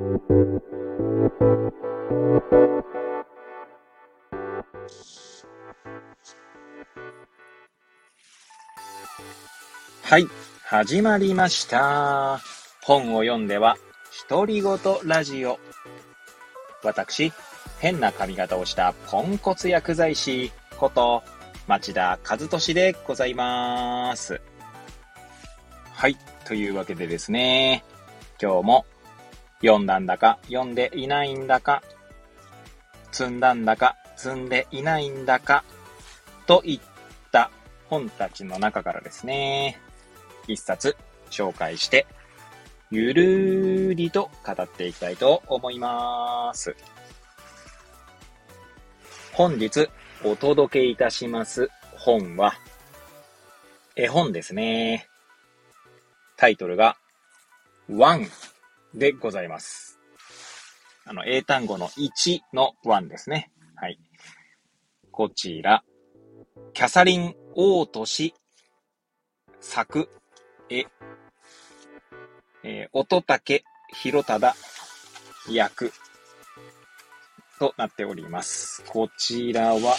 はい、始まりました。本を読んでは独り言ラジオ。私、変な髪型をしたポンコツ薬剤師こと町田和俊でございます。はい、というわけでですね、今日も読んだんだか読んでいないんだか、積んだんだか積んでいないんだかといった本たちの中からですね、一冊紹介してゆるりと語っていきたいと思います。本日お届けいたします本は絵本ですね。タイトルがワンでございます。英単語の1のワンですね。はい。こちらキャサリン・オート氏作絵、乙武宏忠役となっております。こちらは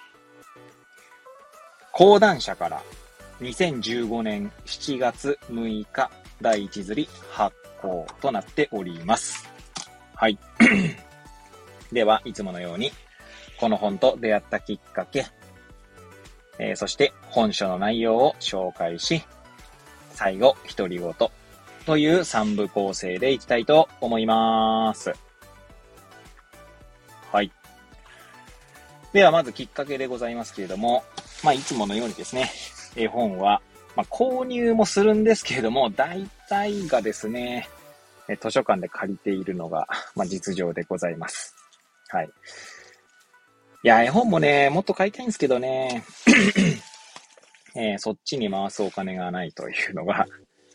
講談社から2015年7月6日第1釣り発行となっております。はい。では、いつものようにこの本と出会ったきっかけ、そして本書の内容を紹介し、最後独り言という3部構成でいきたいと思います。はい。ではまずきっかけでございますけれども、いつものようにですね、絵本は、購入もするんですけれども、大体がですね、図書館で借りているのが、実情でございます。はい。いや、絵本もね、もっと買いたいんですけどね、そっちに回すお金がないというのが、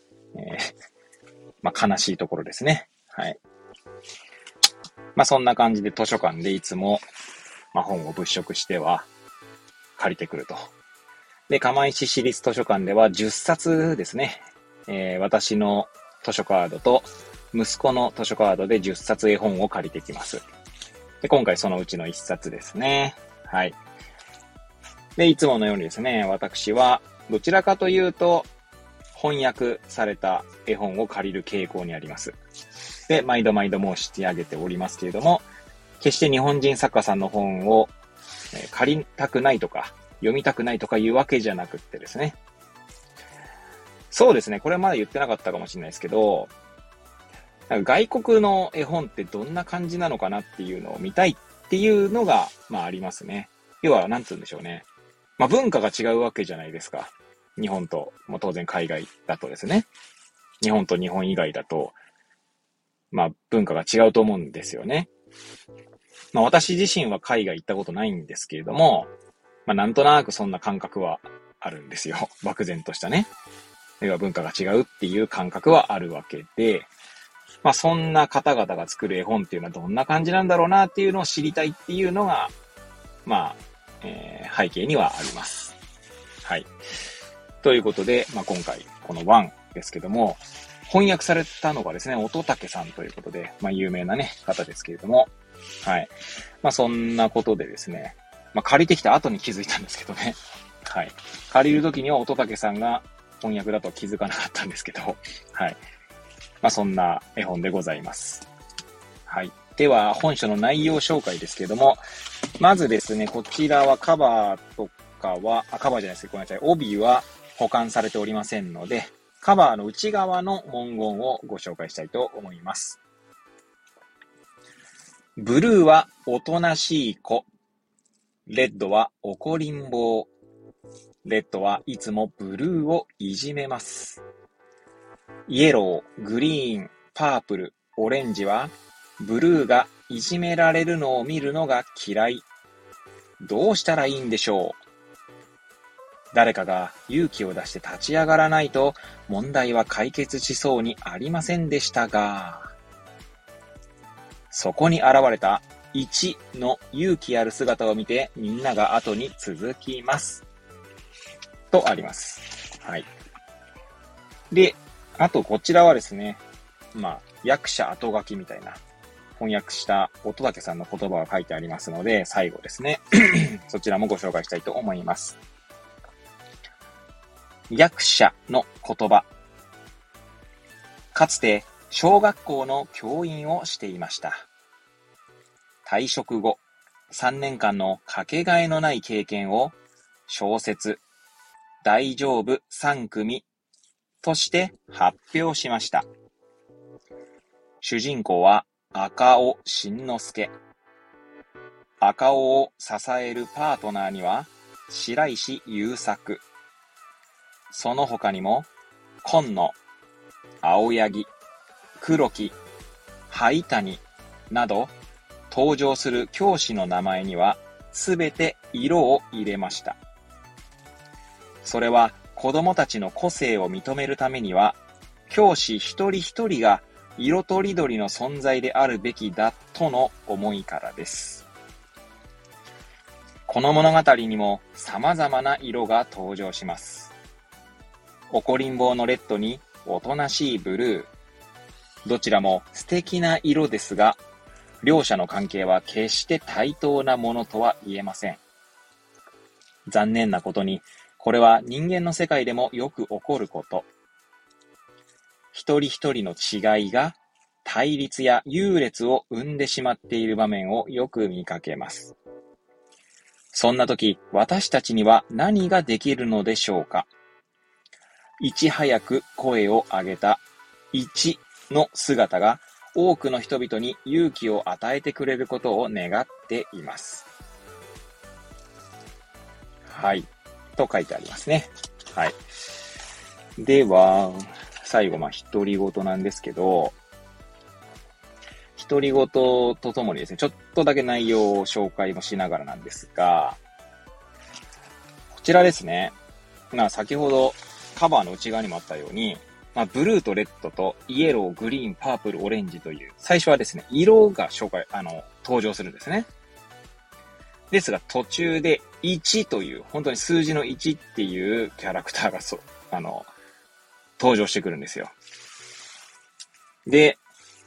悲しいところですね。はい。そんな感じで図書館でいつも、本を物色しては借りてくると。で、釜石市立図書館では10冊ですね。私の図書カードと息子の図書カードで10冊絵本を借りてきます。で、今回そのうちの1冊ですね。はい。で、いつものようにですね、私はどちらかというと翻訳された絵本を借りる傾向にあります。で、毎度申し上げておりますけれども、決して日本人作家さんの本を借りたくないとか、読みたくないとかいうわけじゃなくってですね。そうですね、これはまだ言ってなかったかもしれないですけど、外国の絵本ってどんな感じなのかなっていうのを見たいっていうのが、ありますね。要は、なんつうんでしょうね。文化が違うわけじゃないですか。日本と、当然海外だとですね。日本と日本以外だと、文化が違うと思うんですよね。私自身は海外行ったことないんですけれども、なんとなくそんな感覚はあるんですよ。漠然としたね。要は文化が違うっていう感覚はあるわけで、そんな方々が作る絵本っていうのはどんな感じなんだろうなっていうのを知りたいっていうのが、背景にはあります。はい。ということで、今回このワンですけども、翻訳されたのがですね、乙武さんということで、有名なね、方ですけれども、はい。そんなことでですね、借りてきた後に気づいたんですけどね。はい。借りるときには乙武さんが翻訳だと気づかなかったんですけど、はい。そんな絵本でございます。はい。では、本書の内容紹介ですけれども、まずですね、こちらはカバーとかは、カバーじゃないです。ごめんなさい。帯は保管されておりませんので、カバーの内側の文言をご紹介したいと思います。ブルーはおとなしい子。レッドは怒りん坊。レッドはいつもブルーをいじめます。イエロー、グリーン、パープル、オレンジはブルーがいじめられるのを見るのが嫌い。どうしたらいいんでしょう。誰かが勇気を出して立ち上がらないと問題は解決しそうにありませんでしたが、そこに現れた1の勇気ある姿を見てみんなが後に続きます。とあります。はい。で、あとこちらはですね、 訳者後書きみたいな、翻訳した乙武さんの言葉が書いてありますので、最後ですね。そちらもご紹介したいと思います。訳者の言葉。かつて小学校の教員をしていました。退職後、3年間のかけがえのない経験を小説、大丈夫3組として発表しました。主人公は赤尾慎之介。赤尾を支えるパートナーには白石優作。その他にも今野、青柳、黒木、灰谷など登場する教師の名前にはすべて色を入れました。それは子供たちの個性を認めるためには教師一人一人が色とりどりの存在であるべきだとの思いからです。この物語にも様々な色が登場します。怒りん坊のレッドにおとなしいブルー。どちらも素敵な色ですが、両者の関係は決して対等なものとは言えません。残念なことに、これは人間の世界でもよく起こること。一人一人の違いが対立や優劣を生んでしまっている場面をよく見かけます。そんな時、私たちには何ができるのでしょうか。いち早く声を上げた一の姿が多くの人々に勇気を与えてくれることを願っています。はい。と書いてありますね。はい。では、最後、独り言なんですけど、独り言とともにですね、ちょっとだけ内容を紹介もしながらなんですが、こちらですね。先ほどカバーの内側にもあったように、ブルーとレッドとイエロー、グリーン、パープル、オレンジという、最初はですね、色が登場するんですね。ですが途中で1という、本当に数字の1っていうキャラクターが登場してくるんですよ。で、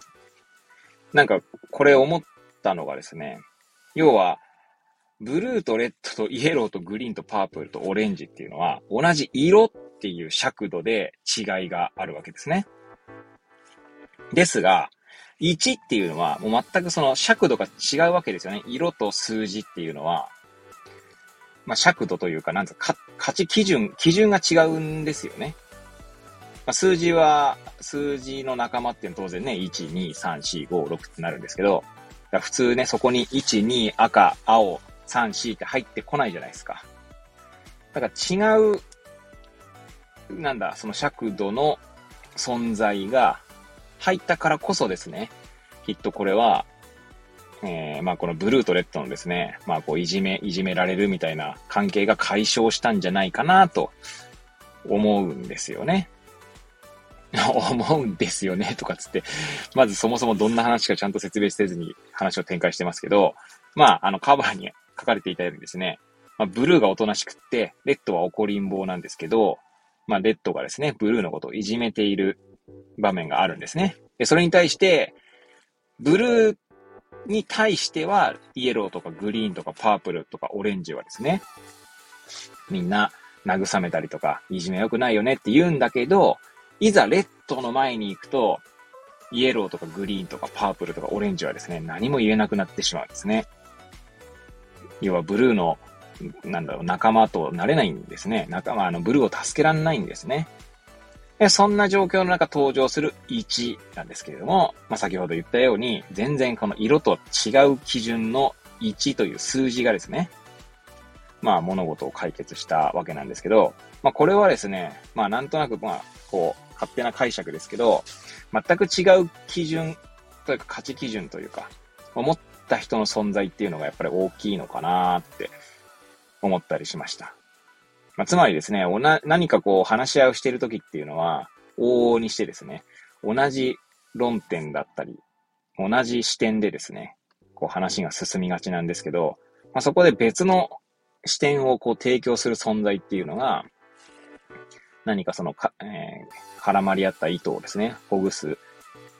これ思ったのがですね、要は、ブルーとレッドとイエローとグリーンとパープルとオレンジっていうのは、同じ色っていう尺度で違いがあるわけですね。ですが、1っていうのは、もう全くその尺度が違うわけですよね。色と数字っていうのは、尺度というか、価値基準が違うんですよね。数字は、数字の仲間っていうのは当然ね、1、2、3、4、5、6ってなるんですけど、普通ね、そこに1、2、赤、青、3、4って入ってこないじゃないですか。だから違う、その尺度の存在が入ったからこそですね、きっとこれは、このブルーとレッドのですね、いじめられるみたいな関係が解消したんじゃないかなと思うんですよね。思うんですよねとかつって、まずそもそもどんな話かちゃんと説明せずに話を展開してますけど、カバーに書かれていたようにですね、ブルーがおとなしくって、レッドは怒りん坊なんですけど、レッドがですね、ブルーのことをいじめている場面があるんですね。で、それに対して、ブルーに対しては、イエローとかグリーンとかパープルとかオレンジはですね、みんな慰めたりとか、いじめ良くないよねって言うんだけど、いざレッドの前に行くと、イエローとかグリーンとかパープルとかオレンジはですね、何も言えなくなってしまうんですね。要はブルーの、仲間となれないんですね。ブルーを助けられないんですね。でそんな状況の中登場する1なんですけれども、先ほど言ったように、全然この色と違う基準の1という数字がですね、物事を解決したわけなんですけど、これはですね、なんとなく勝手な解釈ですけど、全く違う基準というか価値基準というか、思った人の存在っていうのがやっぱり大きいのかなって思ったりしました。つまりですね、何か話し合いをしている時っていうのは、往々にしてですね、同じ論点だったり、同じ視点でですね、話が進みがちなんですけど、そこで別の視点を提供する存在っていうのが、何か絡まり合った糸をですね、ほぐす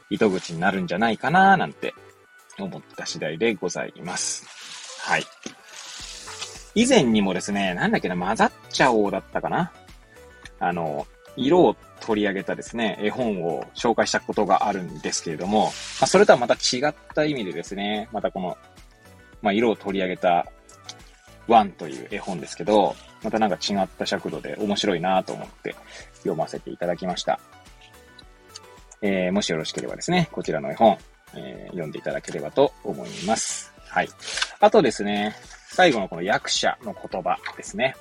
糸口になるんじゃないかななんて思った次第でございます。はい。以前にもですね、なんだっけな、混ざっちゃおうだったかな。色を取り上げたですね、絵本を紹介したことがあるんですけれども、それとはまた違った意味でですね、またこの、色を取り上げたワンという絵本ですけど、またなんか違った尺度で面白いなと思って読ませていただきました。もしよろしければですね、こちらの絵本、読んでいただければと思います。はい。あとですね、最後のこの役者の言葉ですね。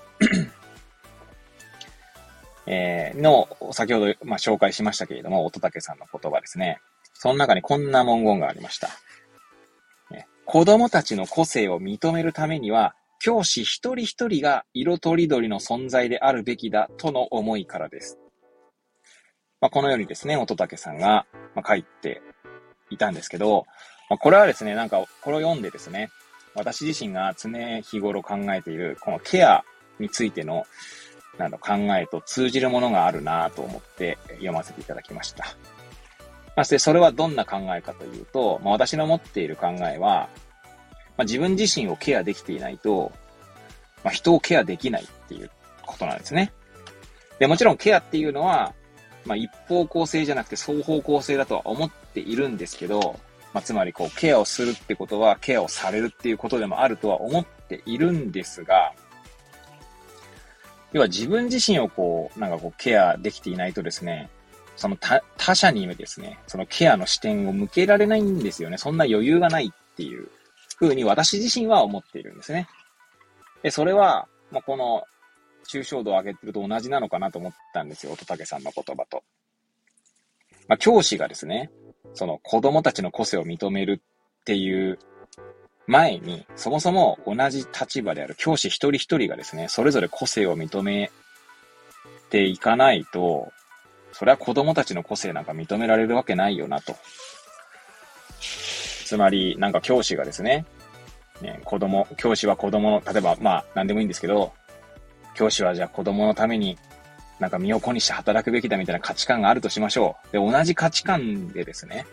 先ほど、紹介しましたけれども、乙武さんの言葉ですね。その中にこんな文言がありました。子供たちの個性を認めるためには、教師一人一人が色とりどりの存在であるべきだとの思いからです。このようにですね、乙武さんが書いていたんですけど、これはですね、なんかこれを読んでですね、私自身が常日頃考えているこのケアについての考えと通じるものがあるなと思って読ませていただきました。それはどんな考えかというと、私の持っている考えは、自分自身をケアできていないと、人をケアできないっていうことなんですね。で、もちろんケアっていうのは、一方向性じゃなくて双方向性だとは思っているんですけど、つまりケアをするってことはケアをされるっていうことでもあるとは思っているんですが、要は自分自身をケアできていないとですね、その他者にですね、そのケアの視点を向けられないんですよね。そんな余裕がないっていう風に私自身は思っているんですね。で、それは、この抽象度を上げてると同じなのかなと思ったんですよ。乙武さんの言葉と。教師がですね、その子供たちの個性を認めるっていう前に、そもそも同じ立場である教師一人一人がですね、それぞれ個性を認めていかないと、それは子供たちの個性なんか認められるわけないよなと。つまり、教師がですね、教師は子供の、例えば何でもいいんですけど、教師はじゃあ子供のために身を粉にして働くべきだみたいな価値観があるとしましょう。で、同じ価値観でですね、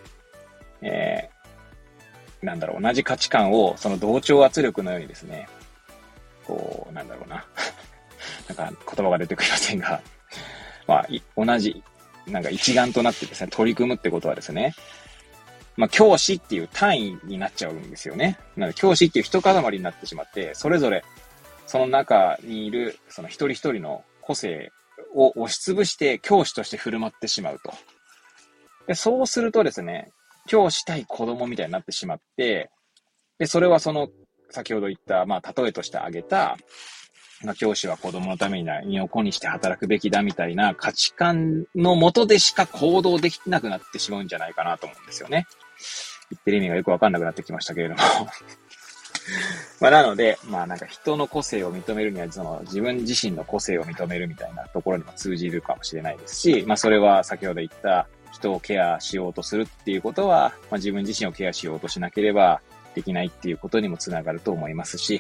同じ価値観をその同調圧力のようにですね、言葉が出てくりませんが、同じ、一丸となってですね、取り組むってことはですね、教師っていう単位になっちゃうんですよね。なので、教師っていう一塊になってしまって、それぞれ、その中にいる、その一人一人の個性を押しつぶして教師として振る舞ってしまうと。で、そうするとですね、教師対子供みたいになってしまって、で、それは先ほど言った、例えとして挙げた、教師は子供のために身を粉にして働くべきだみたいな価値観のもとでしか行動できなくなってしまうんじゃないかなと思うんですよね。言ってる意味がよくわかんなくなってきましたけれども。なので、人の個性を認めるには、自分自身の個性を認めるみたいなところにも通じるかもしれないですし、それは先ほど言った人をケアしようとするっていうことは、自分自身をケアしようとしなければできないっていうことにもつながると思いますし、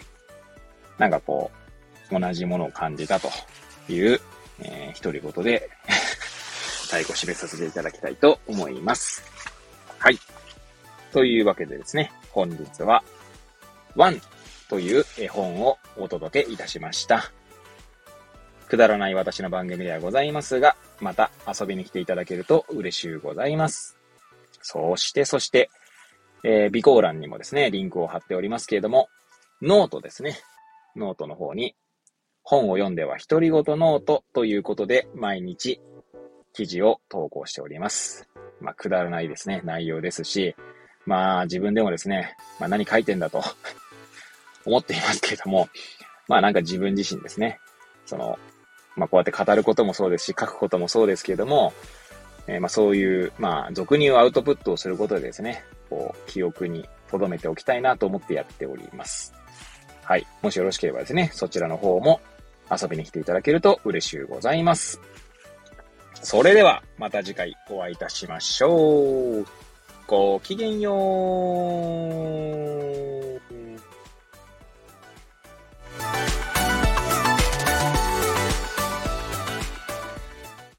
同じものを感じたという、独り言で最後締めさせていただきたいと思います。はい。というわけでですね、本日はワンという絵本をお届けいたしました。くだらない私の番組ではございますが、また遊びに来ていただけると嬉しゅうございます。そして、備考欄にもですね、リンクを貼っておりますけれども、ノートですね。ノートの方に、本を読んでは独り言ノートということで、毎日記事を投稿しております。くだらないですね、内容ですし、自分でもですね、何書いてんだと思っていますけれども、自分自身ですね、こうやって語ることもそうですし、書くこともそうですけれども、そういう、俗に言うアウトプットをすることでですね、記憶に留めておきたいなと思ってやっております。はい。もしよろしければですね、そちらの方も遊びに来ていただけると嬉しゅうございます。それでは、また次回お会いいたしましょう。ごきげんよう。